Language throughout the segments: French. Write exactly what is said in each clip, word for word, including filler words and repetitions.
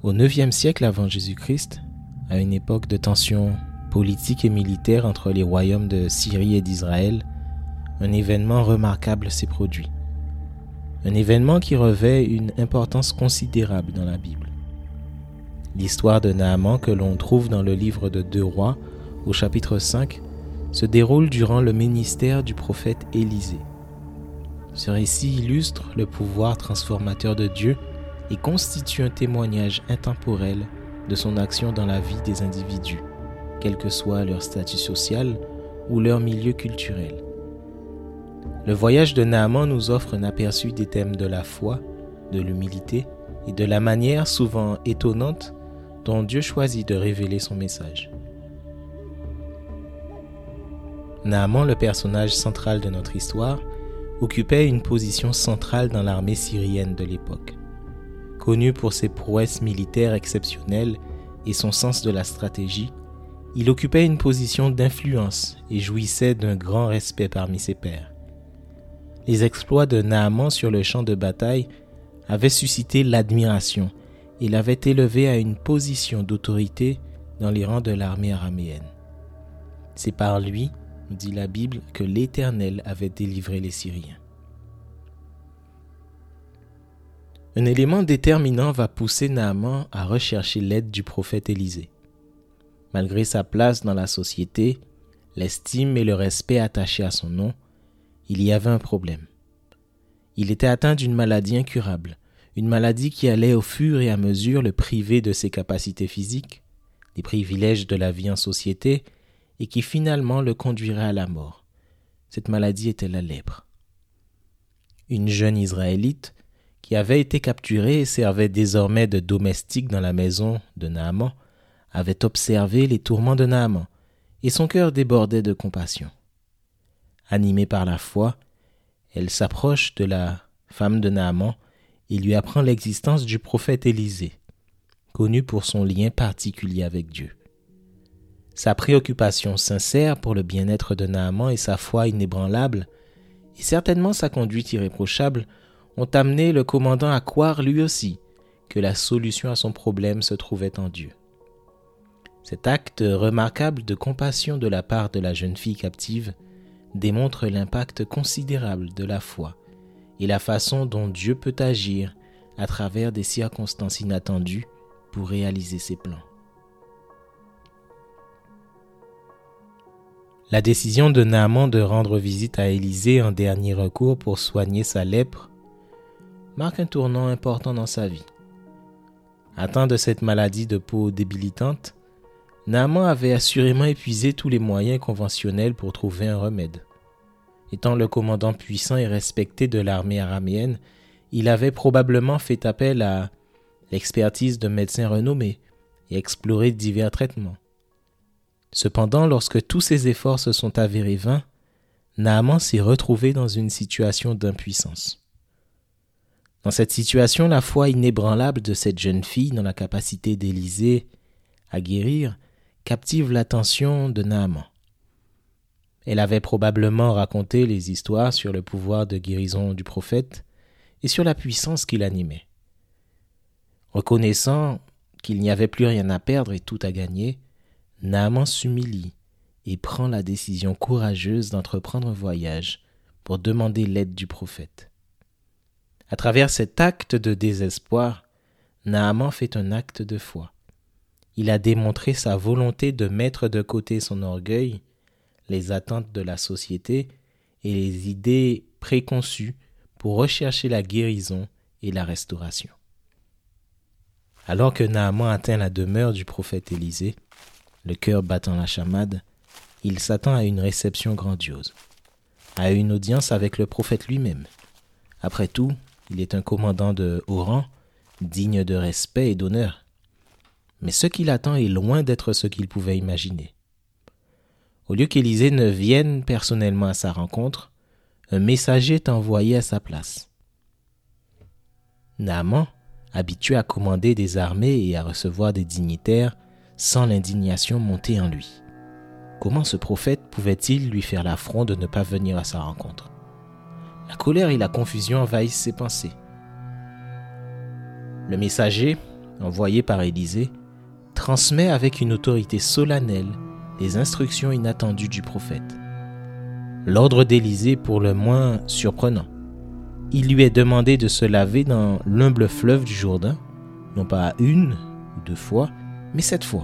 Au neuvième siècle avant Jésus-Christ, à une époque de tensions politiques et militaires entre les royaumes de Syrie et d'Israël, un événement remarquable s'est produit. Un événement qui revêt une importance considérable dans la Bible. L'histoire de Naaman que l'on trouve dans le livre de Deux Rois, au chapitre cinq, se déroule durant le ministère du prophète Élisée. Ce récit illustre le pouvoir transformateur de Dieu et constitue un témoignage intemporel de son action dans la vie des individus, quel que soit leur statut social ou leur milieu culturel. Le voyage de Naaman nous offre un aperçu des thèmes de la foi, de l'humilité et de la manière souvent étonnante dont Dieu choisit de révéler son message. Naaman, le personnage central de notre histoire, occupait une position centrale dans l'armée syrienne de l'époque. Connu pour ses prouesses militaires exceptionnelles et son sens de la stratégie, il occupait une position d'influence et jouissait d'un grand respect parmi ses pairs. Les exploits de Naaman sur le champ de bataille avaient suscité l'admiration et l'avaient élevé à une position d'autorité dans les rangs de l'armée araméenne. C'est par lui, nous dit la Bible, que l'Éternel avait délivré les Syriens. Un élément déterminant va pousser Naaman à rechercher l'aide du prophète Élisée. Malgré sa place dans la société, l'estime et le respect attachés à son nom, il y avait un problème. Il était atteint d'une maladie incurable, une maladie qui allait au fur et à mesure le priver de ses capacités physiques, des privilèges de la vie en société et qui finalement le conduirait à la mort. Cette maladie était la lèpre. Une jeune Israélite qui avait été capturée et servait désormais de domestique dans la maison de Naaman, avait observé les tourments de Naaman, et son cœur débordait de compassion. Animée par la foi, elle s'approche de la femme de Naaman et lui apprend l'existence du prophète Élisée, connu pour son lien particulier avec Dieu. Sa préoccupation sincère pour le bien-être de Naaman et sa foi inébranlable, et certainement sa conduite irréprochable, ont amené le commandant à croire lui aussi que la solution à son problème se trouvait en Dieu. Cet acte remarquable de compassion de la part de la jeune fille captive démontre l'impact considérable de la foi et la façon dont Dieu peut agir à travers des circonstances inattendues pour réaliser ses plans. La décision de Naaman de rendre visite à Élisée en dernier recours pour soigner sa lèpre marque un tournant important dans sa vie. Atteint de cette maladie de peau débilitante, Naaman avait assurément épuisé tous les moyens conventionnels pour trouver un remède. Étant le commandant puissant et respecté de l'armée araméenne, il avait probablement fait appel à l'expertise de médecins renommés et exploré divers traitements. Cependant, lorsque tous ses efforts se sont avérés vains, Naaman s'est retrouvé dans une situation d'impuissance. Dans cette situation, la foi inébranlable de cette jeune fille dans la capacité d'Élisée à guérir captive l'attention de Naaman. Elle avait probablement raconté les histoires sur le pouvoir de guérison du prophète et sur la puissance qui l'animait. Reconnaissant qu'il n'y avait plus rien à perdre et tout à gagner, Naaman s'humilie et prend la décision courageuse d'entreprendre un voyage pour demander l'aide du prophète. À travers cet acte de désespoir, Naaman fait un acte de foi. Il a démontré sa volonté de mettre de côté son orgueil, les attentes de la société et les idées préconçues pour rechercher la guérison et la restauration. Alors que Naaman atteint la demeure du prophète Élisée, le cœur battant la chamade, il s'attend à une réception grandiose, à une audience avec le prophète lui-même. Après tout, il est un commandant de haut rang, digne de respect et d'honneur. Mais ce qui l'attend est loin d'être ce qu'il pouvait imaginer. Au lieu qu'Élisée ne vienne personnellement à sa rencontre, un messager est envoyé à sa place. Naaman, habitué à commander des armées et à recevoir des dignitaires, sent l'indignation monter en lui. Comment ce prophète pouvait-il lui faire l'affront de ne pas venir à sa rencontre ? La colère et la confusion envahissent ses pensées. Le messager, envoyé par Élisée, transmet avec une autorité solennelle les instructions inattendues du prophète. L'ordre d'Élisée est pour le moins surprenant. Il lui est demandé de se laver dans l'humble fleuve du Jourdain, non pas une ou deux fois, mais sept fois.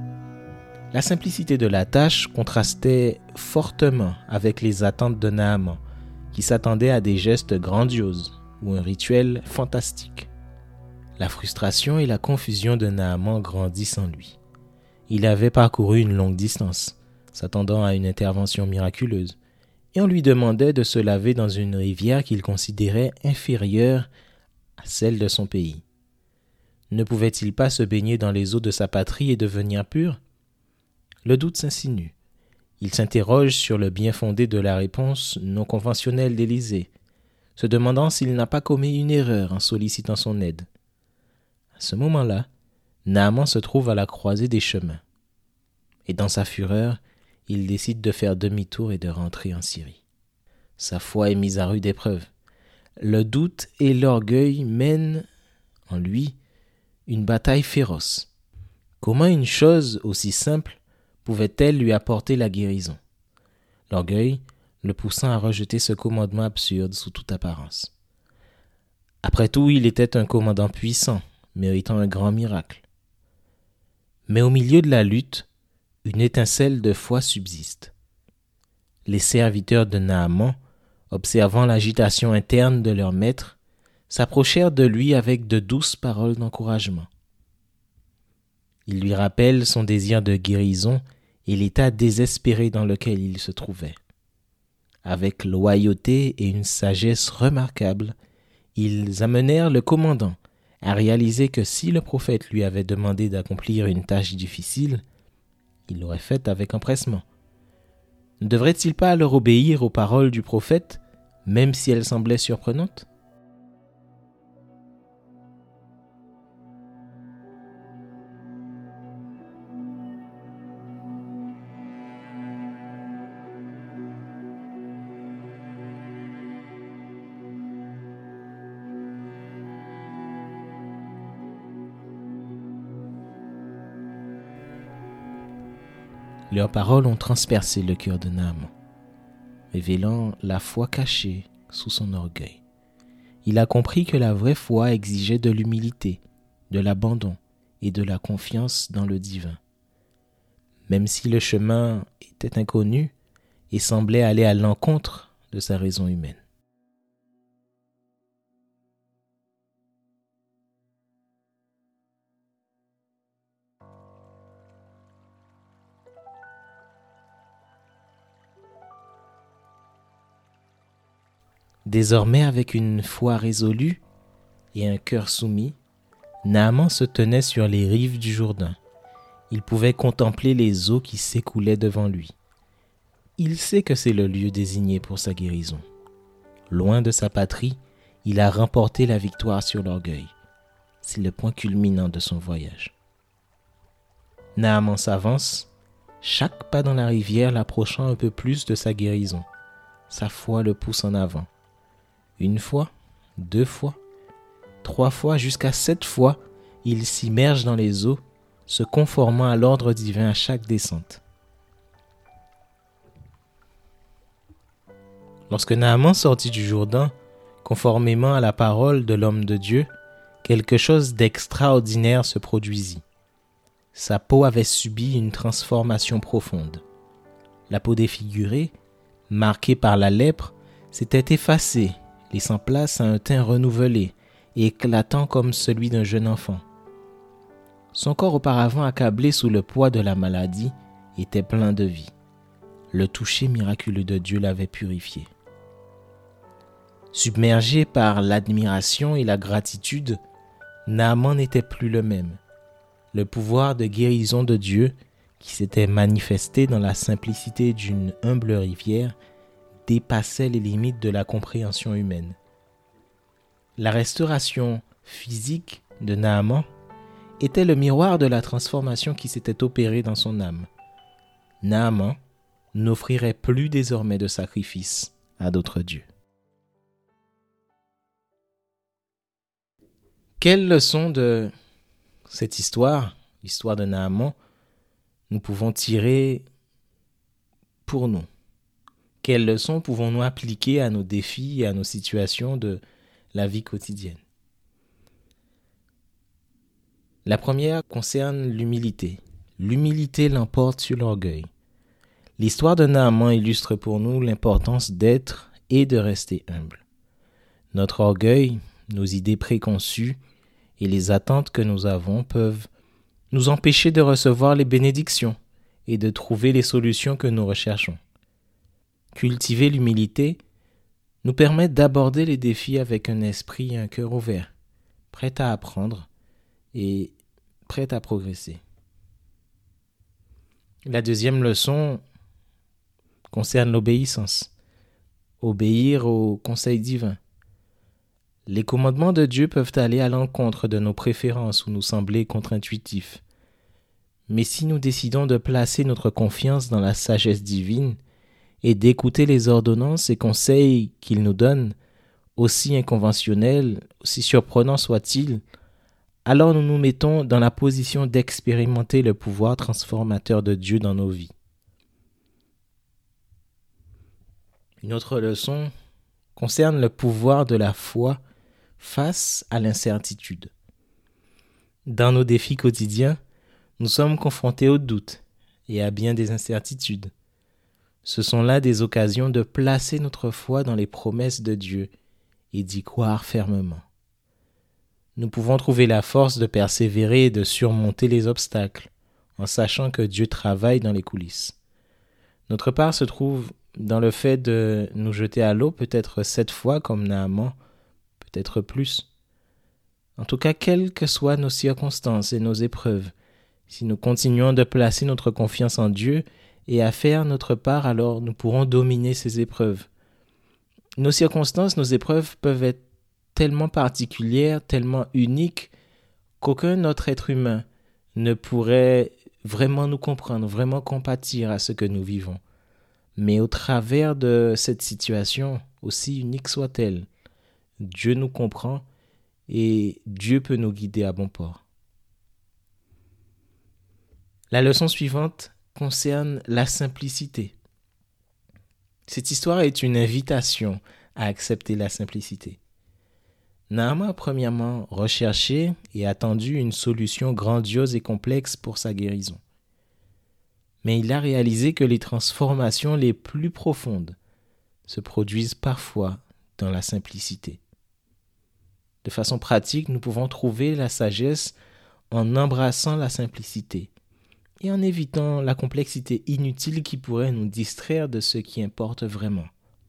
La simplicité de la tâche contrastait fortement avec les attentes de Naaman, qui s'attendait à des gestes grandioses ou un rituel fantastique. La frustration et la confusion de Naaman grandissent en lui. Il avait parcouru une longue distance, s'attendant à une intervention miraculeuse, et on lui demandait de se laver dans une rivière qu'il considérait inférieure à celle de son pays. Ne pouvait-il pas se baigner dans les eaux de sa patrie et devenir pur? Le doute s'insinue. Il s'interroge sur le bien-fondé de la réponse non conventionnelle d'Élisée, se demandant s'il n'a pas commis une erreur en sollicitant son aide. À ce moment-là, Naaman se trouve à la croisée des chemins. Et dans sa fureur, il décide de faire demi-tour et de rentrer en Syrie. Sa foi est mise à rude épreuve. Le doute et l'orgueil mènent en lui une bataille féroce. Comment une chose aussi simple pouvait-elle lui apporter la guérison? L'orgueil le poussant à rejeter ce commandement absurde sous toute apparence. Après tout, il était un commandant puissant, méritant un grand miracle. Mais au milieu de la lutte, une étincelle de foi subsiste. Les serviteurs de Naaman, observant l'agitation interne de leur maître, s'approchèrent de lui avec de douces paroles d'encouragement. Ils lui rappellent son désir de guérison et l'état désespéré dans lequel il se trouvait. Avec loyauté et une sagesse remarquable, ils amenèrent le commandant à réaliser que si le prophète lui avait demandé d'accomplir une tâche difficile, il l'aurait faite avec empressement. Ne devrait-il pas alors obéir aux paroles du prophète, même si elles semblaient surprenantes? Leurs paroles ont transpercé le cœur de Naaman, révélant la foi cachée sous son orgueil. Il a compris que la vraie foi exigeait de l'humilité, de l'abandon et de la confiance dans le divin. Même si le chemin était inconnu et semblait aller à l'encontre de sa raison humaine. Désormais, avec une foi résolue et un cœur soumis, Naaman se tenait sur les rives du Jourdain. Il pouvait contempler les eaux qui s'écoulaient devant lui. Il sait que c'est le lieu désigné pour sa guérison. Loin de sa patrie, il a remporté la victoire sur l'orgueil. C'est le point culminant de son voyage. Naaman s'avance, chaque pas dans la rivière l'approchant un peu plus de sa guérison. Sa foi le pousse en avant. Une fois, deux fois, trois fois, jusqu'à sept fois, il s'immerge dans les eaux, se conformant à l'ordre divin à chaque descente. Lorsque Naaman sortit du Jourdain, conformément à la parole de l'homme de Dieu, quelque chose d'extraordinaire se produisit. Sa peau avait subi une transformation profonde. La peau défigurée, marquée par la lèpre, s'était effacée, laissant place à un teint renouvelé et éclatant comme celui d'un jeune enfant. Son corps auparavant accablé sous le poids de la maladie était plein de vie. Le toucher miraculeux de Dieu l'avait purifié. Submergé par l'admiration et la gratitude, Naaman n'était plus le même. Le pouvoir de guérison de Dieu, qui s'était manifesté dans la simplicité d'une humble rivière, dépassait les limites de la compréhension humaine. La restauration physique de Naaman était le miroir de la transformation qui s'était opérée dans son âme. Naaman n'offrirait plus désormais de sacrifice à d'autres dieux. Quelle leçon de cette histoire, l'histoire de Naaman, nous pouvons tirer pour nous? Quelles leçons pouvons-nous appliquer à nos défis et à nos situations de la vie quotidienne? La première concerne l'humilité. L'humilité l'emporte sur l'orgueil. L'histoire de Naaman illustre pour nous l'importance d'être et de rester humble. Notre orgueil, nos idées préconçues et les attentes que nous avons peuvent nous empêcher de recevoir les bénédictions et de trouver les solutions que nous recherchons. Cultiver l'humilité nous permet d'aborder les défis avec un esprit et un cœur ouvert, prêt à apprendre et prêt à progresser. La deuxième leçon concerne l'obéissance. Obéir au conseil divin. Les commandements de Dieu peuvent aller à l'encontre de nos préférences ou nous sembler contre-intuitifs. Mais si nous décidons de placer notre confiance dans la sagesse divine et d'écouter les ordonnances et conseils qu'il nous donne, aussi inconventionnels, aussi surprenants soient-ils, alors nous nous mettons dans la position d'expérimenter le pouvoir transformateur de Dieu dans nos vies. Une autre leçon concerne le pouvoir de la foi face à l'incertitude. Dans nos défis quotidiens, nous sommes confrontés aux doutes et à bien des incertitudes. Ce sont là des occasions de placer notre foi dans les promesses de Dieu et d'y croire fermement. Nous pouvons trouver la force de persévérer et de surmonter les obstacles en sachant que Dieu travaille dans les coulisses. Notre part se trouve dans le fait de nous jeter à l'eau peut-être sept fois comme Naaman, peut-être plus. En tout cas, quelles que soient nos circonstances et nos épreuves, si nous continuons de placer notre confiance en Dieu et à faire notre part, alors nous pourrons dominer ces épreuves. Nos circonstances, nos épreuves peuvent être tellement particulières, tellement uniques, qu'aucun autre être humain ne pourrait vraiment nous comprendre, vraiment compatir à ce que nous vivons. Mais au travers de cette situation, aussi unique soit-elle, Dieu nous comprend et Dieu peut nous guider à bon port. La leçon suivante concerne la simplicité. Cette histoire est une invitation à accepter la simplicité. Naaman a premièrement recherché et attendu une solution grandiose et complexe pour sa guérison. Mais il a réalisé que les transformations les plus profondes se produisent parfois dans la simplicité. De façon pratique, nous pouvons trouver la sagesse en embrassant la simplicité et en évitant la complexité inutile qui pourrait nous distraire de ce qui importe vraiment.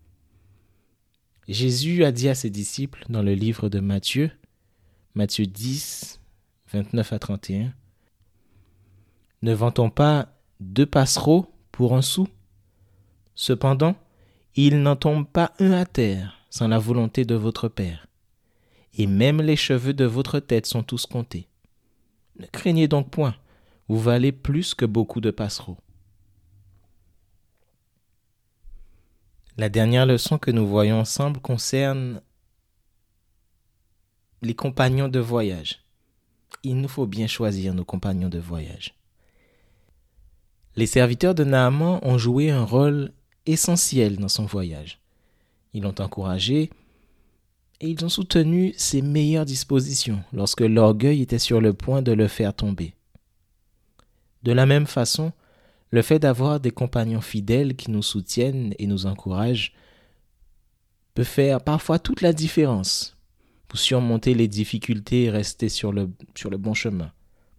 Jésus a dit à ses disciples dans le livre de Matthieu, Matthieu dix, vingt-neuf à trente et un, « Ne vend-on pas deux passereaux pour un sou? Cependant, il n'en tombe pas un à terre sans la volonté de votre Père. Et même les cheveux de votre tête sont tous comptés. Ne craignez donc point, vous valez plus que beaucoup de passereaux. » La dernière leçon que nous voyons ensemble concerne les compagnons de voyage. Il nous faut bien choisir nos compagnons de voyage. Les serviteurs de Naaman ont joué un rôle essentiel dans son voyage. Ils l'ont encouragé et ils ont soutenu ses meilleures dispositions lorsque l'orgueil était sur le point de le faire tomber. De la même façon, le fait d'avoir des compagnons fidèles qui nous soutiennent et nous encouragent peut faire parfois toute la différence pour surmonter les difficultés et rester sur le, sur le bon chemin.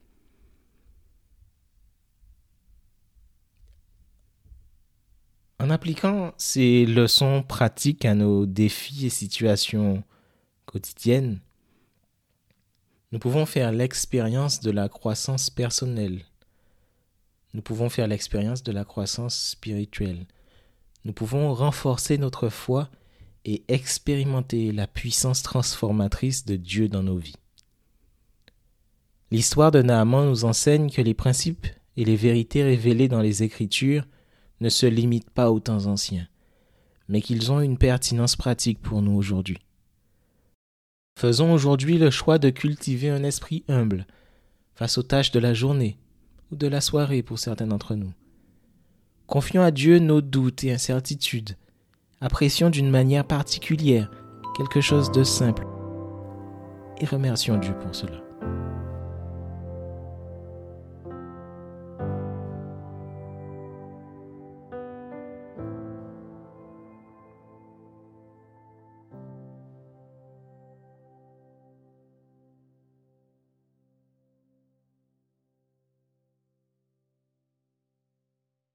En appliquant ces leçons pratiques à nos défis et situations quotidiennes, nous pouvons faire l'expérience de la croissance personnelle. Nous pouvons faire l'expérience de la croissance spirituelle. Nous pouvons renforcer notre foi et expérimenter la puissance transformatrice de Dieu dans nos vies. L'histoire de Naaman nous enseigne que les principes et les vérités révélées dans les Écritures ne se limitent pas aux temps anciens, mais qu'ils ont une pertinence pratique pour nous aujourd'hui. Faisons aujourd'hui le choix de cultiver un esprit humble, face aux tâches de la journée ou de la soirée pour certains d'entre nous. Confions à Dieu nos doutes et incertitudes. Apprécions d'une manière particulière quelque chose de simple et remercions Dieu pour cela.